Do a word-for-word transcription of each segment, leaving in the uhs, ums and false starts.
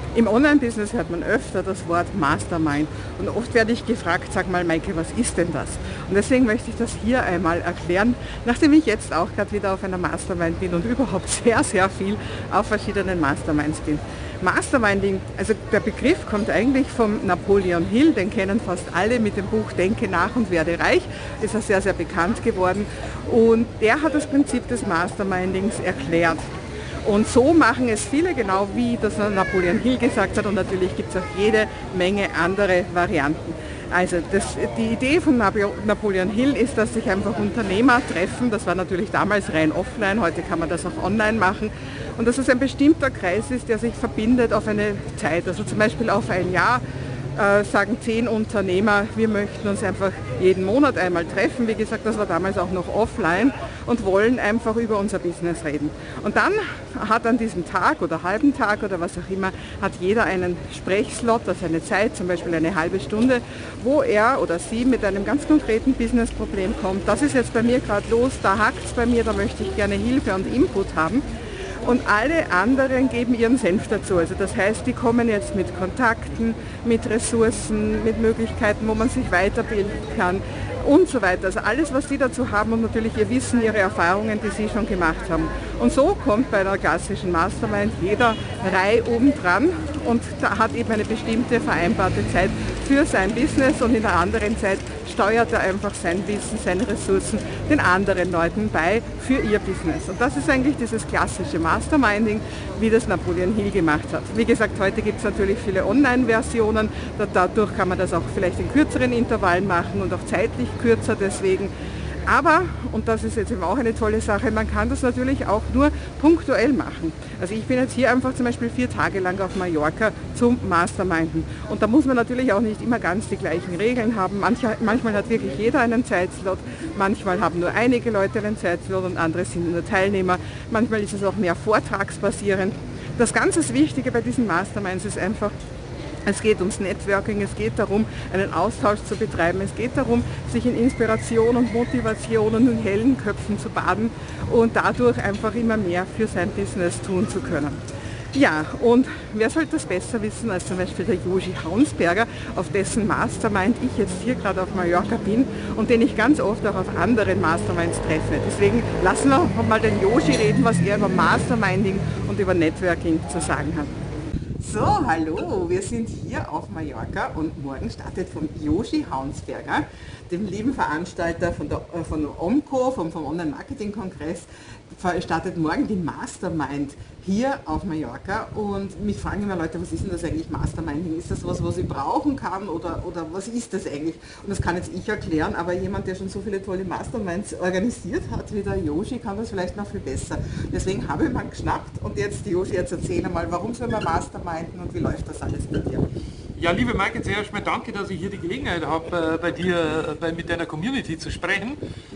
Im Online-Business hört man öfter das Wort Mastermind und oft werde ich gefragt, sag mal Maike, was ist denn das? Und deswegen möchte ich das hier einmal erklären, nachdem ich jetzt auch gerade wieder auf einer Mastermind bin und überhaupt sehr, sehr viel auf verschiedenen Masterminds bin. Masterminding, also der Begriff kommt eigentlich vom Napoleon Hill, den kennen fast alle mit dem Buch Denke nach und werde reich, ist er sehr, sehr bekannt geworden und der hat das Prinzip des Mastermindings erklärt. Und so machen es viele, genau wie das Napoleon Hill gesagt hat, und natürlich gibt es auch jede Menge andere Varianten. Also das, die Idee von Napoleon Hill ist, dass sich einfach Unternehmer treffen, das war natürlich damals rein offline, heute kann man das auch online machen, und dass es ein bestimmter Kreis ist, der sich verbindet auf eine Zeit, also zum Beispiel auf ein Jahr. Äh, sagen zehn Unternehmer, wir möchten uns einfach jeden Monat einmal treffen. Wie gesagt, das war damals auch noch offline und wollen einfach über unser Business reden. Und dann hat an diesem Tag oder halben Tag oder was auch immer, hat jeder einen Sprechslot, also eine Zeit, zum Beispiel eine halbe Stunde, wo er oder sie mit einem ganz konkreten Businessproblem kommt. Das ist jetzt bei mir gerade los, da hakt es bei mir, da möchte ich gerne Hilfe und Input haben. Und alle anderen geben ihren Senf dazu. Also das heißt, die kommen jetzt mit Kontakten, mit Ressourcen, mit Möglichkeiten, wo man sich weiterbilden kann und so weiter. Also alles, was sie dazu haben und natürlich ihr Wissen, ihre Erfahrungen, die sie schon gemacht haben. Und so kommt bei einer klassischen Mastermind jeder reihum dran und da hat eben eine bestimmte vereinbarte Zeit für sein Business und in der anderen Zeit steuert er einfach sein Wissen, seine Ressourcen den anderen Leuten bei für ihr Business. Und das ist eigentlich dieses klassische Masterminding, wie das Napoleon Hill gemacht hat. Wie gesagt, heute gibt es natürlich viele Online-Versionen, dadurch kann man das auch vielleicht in kürzeren Intervallen machen und auch zeitlich kürzer deswegen. Aber, und das ist jetzt eben auch eine tolle Sache, man kann das natürlich auch nur punktuell machen. Also ich bin jetzt hier einfach zum Beispiel vier Tage lang auf Mallorca zum Masterminden. Und da muss man natürlich auch nicht immer ganz die gleichen Regeln haben. Manche, manchmal hat wirklich jeder einen Zeitslot, manchmal haben nur einige Leute einen Zeitslot und andere sind nur Teilnehmer. Manchmal ist es auch mehr vortragsbasierend. Das ganz Wichtige bei diesen Masterminds ist einfach, es geht ums Networking, es geht darum, einen Austausch zu betreiben, es geht darum, sich in Inspiration und Motivation und in hellen Köpfen zu baden und dadurch einfach immer mehr für sein Business tun zu können. Ja, und wer sollte das besser wissen als zum Beispiel der Joshi Haunsberger, auf dessen Mastermind ich jetzt hier gerade auf Mallorca bin und den ich ganz oft auch auf anderen Masterminds treffe. Deswegen lassen wir mal den Joshi reden, was er über Masterminding und über Networking zu sagen hat. So, hallo, wir sind hier auf Mallorca und morgen startet vom Joshi Haunsberger, dem lieben Veranstalter von der von OMCO, vom, vom Online-Marketing-Kongress, startet morgen die Mastermind hier auf Mallorca und mich fragen immer Leute, was ist denn das eigentlich Masterminding? Ist das was, was ich brauchen kann oder, oder was ist das eigentlich? Und das kann jetzt ich erklären, aber jemand, der schon so viele tolle Masterminds organisiert hat wie der Joshi, kann das vielleicht noch viel besser. Deswegen habe ich mal geschnappt und jetzt Joshi, jetzt erzähl einmal, warum soll man Masterminden und wie läuft das alles bei dir? Ja, liebe Maike, zuerst mal danke, dass ich hier die Gelegenheit habe, äh, bei dir, äh, bei, mit deiner Community zu sprechen.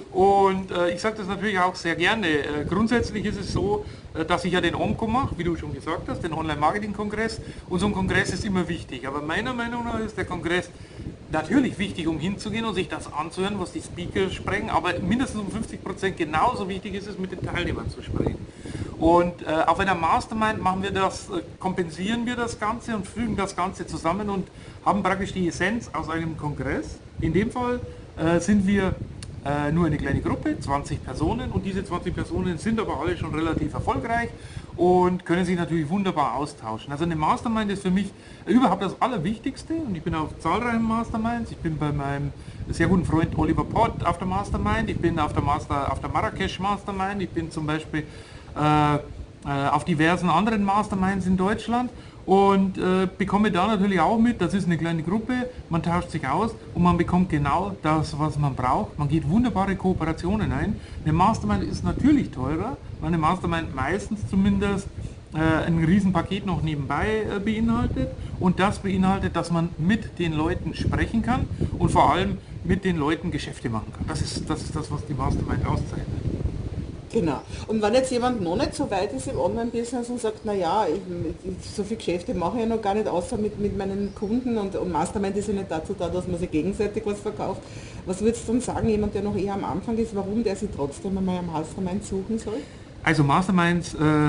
Und äh, ich sage das natürlich auch sehr gerne. Äh, grundsätzlich ist es so, äh, dass ich ja den OMCO mache, wie du schon gesagt hast, den Online-Marketing-Kongress. Und so ein Kongress ist immer wichtig. Aber meiner Meinung nach ist der Kongress natürlich wichtig, um hinzugehen und sich das anzuhören, was die Speaker sprechen. Aber mindestens um fünfzig Prozent genauso wichtig ist es, mit den Teilnehmern zu sprechen. Und äh, auf einer Mastermind machen wir das, äh, kompensieren wir das Ganze und fügen das Ganze zusammen und haben praktisch die Essenz aus einem Kongress. In dem Fall äh, sind wir äh, nur eine kleine Gruppe, zwanzig Personen, und diese zwanzig Personen sind aber alle schon relativ erfolgreich und können sich natürlich wunderbar austauschen. Also eine Mastermind ist für mich überhaupt das Allerwichtigste und ich bin auf zahlreichen Masterminds. Ich bin bei meinem sehr guten Freund Oliver Pott auf der Mastermind, ich bin auf der, Master, auf der Marrakesch Mastermind, ich bin zum Beispiel Äh, äh, auf diversen anderen Masterminds in Deutschland und äh, bekomme da natürlich auch mit, das ist eine kleine Gruppe, man tauscht sich aus und man bekommt genau das, was man braucht. Man geht wunderbare Kooperationen ein. Eine Mastermind ist natürlich teurer, weil eine Mastermind meistens zumindest äh, ein Riesenpaket noch nebenbei äh, beinhaltet und das beinhaltet, dass man mit den Leuten sprechen kann und vor allem mit den Leuten Geschäfte machen kann. Das ist das, ist das was die Mastermind auszeichnet. Genau. Und wenn jetzt jemand noch nicht so weit ist im Online-Business und sagt, naja, so viele Geschäfte mache ich ja noch gar nicht, außer mit, mit meinen Kunden und, und Mastermind ist ja nicht dazu da, dass man sich gegenseitig was verkauft. Was würdest du dann sagen, jemand, der noch eher am Anfang ist, warum der sich trotzdem einmal am Mastermind suchen soll? Also Masterminds äh,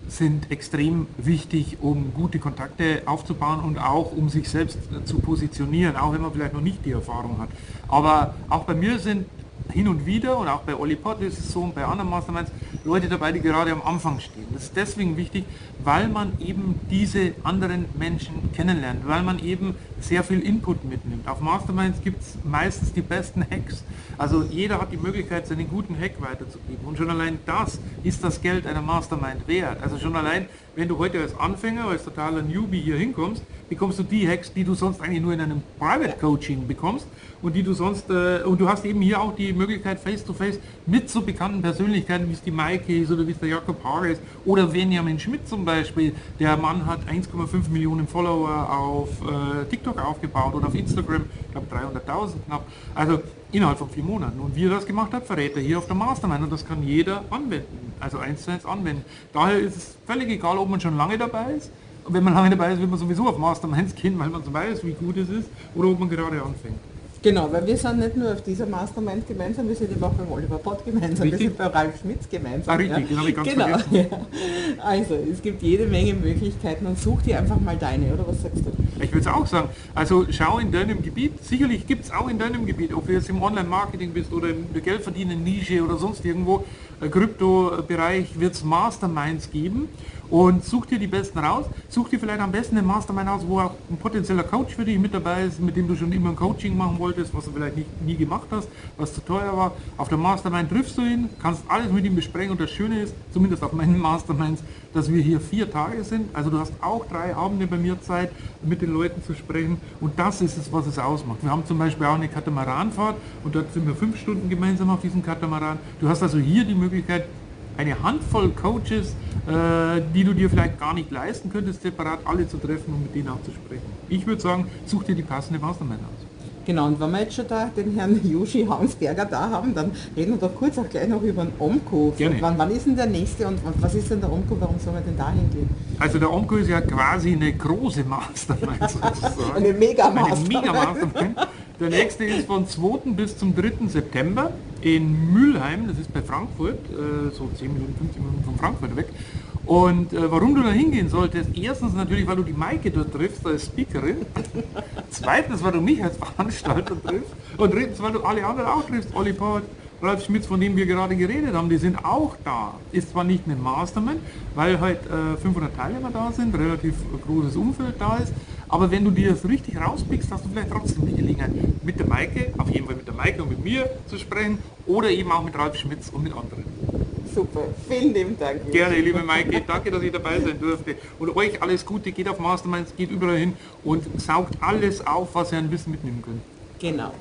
sind extrem wichtig, um gute Kontakte aufzubauen und auch um sich selbst zu positionieren, auch wenn man vielleicht noch nicht die Erfahrung hat. Aber auch bei mir sind hin und wieder und auch bei Olli Pott ist es so und bei anderen Masterminds Leute dabei, die gerade am Anfang stehen. Das ist deswegen wichtig, weil man eben diese anderen Menschen kennenlernt, weil man eben sehr viel Input mitnimmt. Auf Masterminds gibt es meistens die besten Hacks. Also jeder hat die Möglichkeit, seinen guten Hack weiterzugeben. Und schon allein das ist das Geld einer Mastermind wert. Also schon allein, wenn du heute als Anfänger, als totaler Newbie hier hinkommst, bekommst du die Hacks, die du sonst eigentlich nur in einem Private Coaching bekommst und die du sonst, äh, und du hast eben hier auch die Möglichkeit, face to face mit so bekannten Persönlichkeiten, wie es die Maike ist oder wie es der Jakob Hager ist oder Benjamin Schmidt zum Beispiel. Der Mann hat eins Komma fünf Millionen Follower auf äh, TikTok aufgebaut oder auf Instagram, ich glaube dreihunderttausend knapp, also innerhalb von vier Monaten. Und wie er das gemacht hat, verrät er hier auf der Mastermind und das kann jeder anwenden, also eins zu eins anwenden. Daher ist es völlig egal, ob man schon lange dabei ist. Und wenn man lange dabei ist, wird man sowieso auf Masterminds gehen, weil man so weiß, wie gut es ist, oder ob man gerade anfängt. Genau, weil wir sind nicht nur auf dieser Mastermind gemeinsam, wir sind eben auch beim Oliver Pott gemeinsam, richtig? Wir sind bei Ralf Schmitz gemeinsam. Ah, richtig, ja. Den habe ich ganz genau, vergessen. Ja. Also, es gibt jede Menge Möglichkeiten und such dir einfach mal deine, oder was sagst du? Ich würde es auch sagen, also schau in deinem Gebiet, sicherlich gibt es auch in deinem Gebiet, ob du jetzt im Online-Marketing bist oder in der Geldverdienen-Nische oder sonst irgendwo, äh, Krypto-Bereich, wird es Masterminds geben. Und such dir die besten raus, such dir vielleicht am besten einen Mastermind aus, wo auch ein potenzieller Coach für dich mit dabei ist, mit dem du schon immer ein Coaching machen wolltest, was du vielleicht nicht, nie gemacht hast, was zu teuer war. Auf der Mastermind triffst du ihn, kannst alles mit ihm besprechen und das Schöne ist, zumindest auf meinen Masterminds, dass wir hier vier Tage sind. Also du hast auch drei Abende bei mir Zeit, mit den Leuten zu sprechen und das ist es, was es ausmacht. Wir haben zum Beispiel auch eine Katamaranfahrt und dort sind wir fünf Stunden gemeinsam auf diesem Katamaran. Du hast also hier die Möglichkeit, eine Handvoll Coaches, äh, die du dir vielleicht gar nicht leisten könntest, separat alle zu treffen und mit denen auch zu sprechen. Ich würde sagen, such dir die passende Mastermind aus. Genau, und wenn wir jetzt schon da den Herrn Joshi Hansberger da haben, dann reden wir doch kurz auch gleich noch über den OMCO. Gerne. Wann, wann ist denn der nächste und was ist denn der OMCO, warum soll man denn da hingehen? Also der OMCO ist ja quasi eine große Mastermind sozusagen. Eine Mega-Mastermind. Eine Mega-Mastermind. Der nächste ist von zweiten bis zum dritten September in Mülheim, das ist bei Frankfurt, äh, so zehn Minuten, fünfzehn Minuten von Frankfurt weg. Und äh, warum du da hingehen solltest, erstens natürlich, weil du die Maike dort triffst als Speakerin, zweitens, weil du mich als Veranstalter triffst und drittens, weil du alle anderen auch triffst, Olli Pott, Ralf Schmitz, von dem wir gerade geredet haben, die sind auch da. Ist zwar nicht eine Mastermind, weil halt äh, fünfhundert Teilnehmer da sind, relativ großes Umfeld da ist, aber wenn du dir das richtig rauspickst, hast du vielleicht trotzdem die Gelegenheit, mit der Maike, auf jeden Fall mit der Maike und mit mir zu sprechen oder eben auch mit Ralf Schmitz und mit anderen. Super, vielen lieben Dank. Gerne, liebe Maike, danke, dass ich dabei sein durfte. Und euch alles Gute, geht auf Masterminds, geht überall hin und saugt alles auf, was ihr an Wissen mitnehmen könnt. Genau.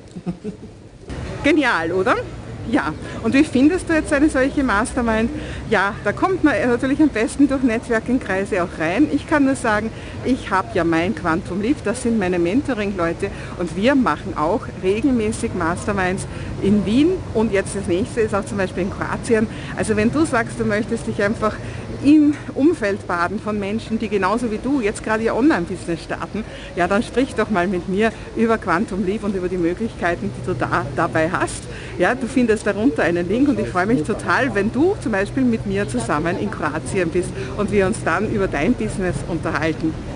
Genial, oder? Ja, und wie findest du jetzt eine solche Mastermind? Ja, da kommt man natürlich am besten durch Netzwerkingkreise auch rein. Ich kann nur sagen, ich habe ja mein Quantum Leap, das sind meine Mentoring-Leute und wir machen auch regelmäßig Masterminds in Wien und jetzt das nächste ist auch zum Beispiel in Kroatien. Also wenn du sagst, du möchtest dich einfach im Umfeld baden von Menschen, die genauso wie du jetzt gerade ihr Online-Business starten, ja, dann sprich doch mal mit mir über Quantum Leap und über die Möglichkeiten, die du da dabei hast. Ja, du findest darunter einen Link und ich freue mich total, wenn du zum Beispiel mit mir zusammen in Kroatien bist und wir uns dann über dein Business unterhalten.